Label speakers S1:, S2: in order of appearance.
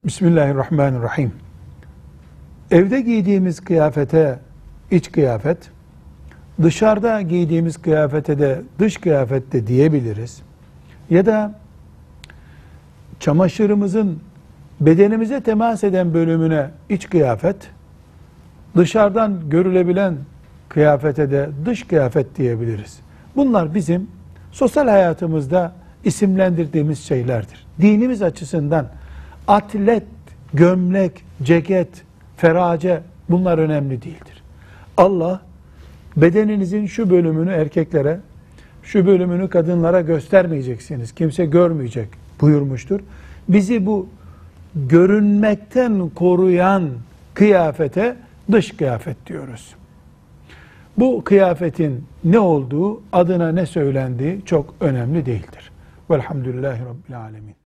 S1: Bismillahirrahmanirrahim. Evde giydiğimiz kıyafete iç kıyafet, dışarıda giydiğimiz kıyafete de dış kıyafet de diyebiliriz. Ya da çamaşırımızın bedenimize temas eden bölümüne iç kıyafet, dışarıdan görülebilen kıyafete de dış kıyafet diyebiliriz. Bunlar bizim sosyal hayatımızda isimlendirdiğimiz şeylerdir. Dinimiz açısından atlet, gömlek, ceket, ferace bunlar önemli değildir. Allah bedeninizin şu bölümünü erkeklere, şu bölümünü kadınlara göstermeyeceksiniz, kimse görmeyecek buyurmuştur. Bizi bu görünmekten koruyan kıyafete dış kıyafet diyoruz. Bu kıyafetin ne olduğu, adına ne söylendiği çok önemli değildir. Velhamdülillahi Rabbil Alemin.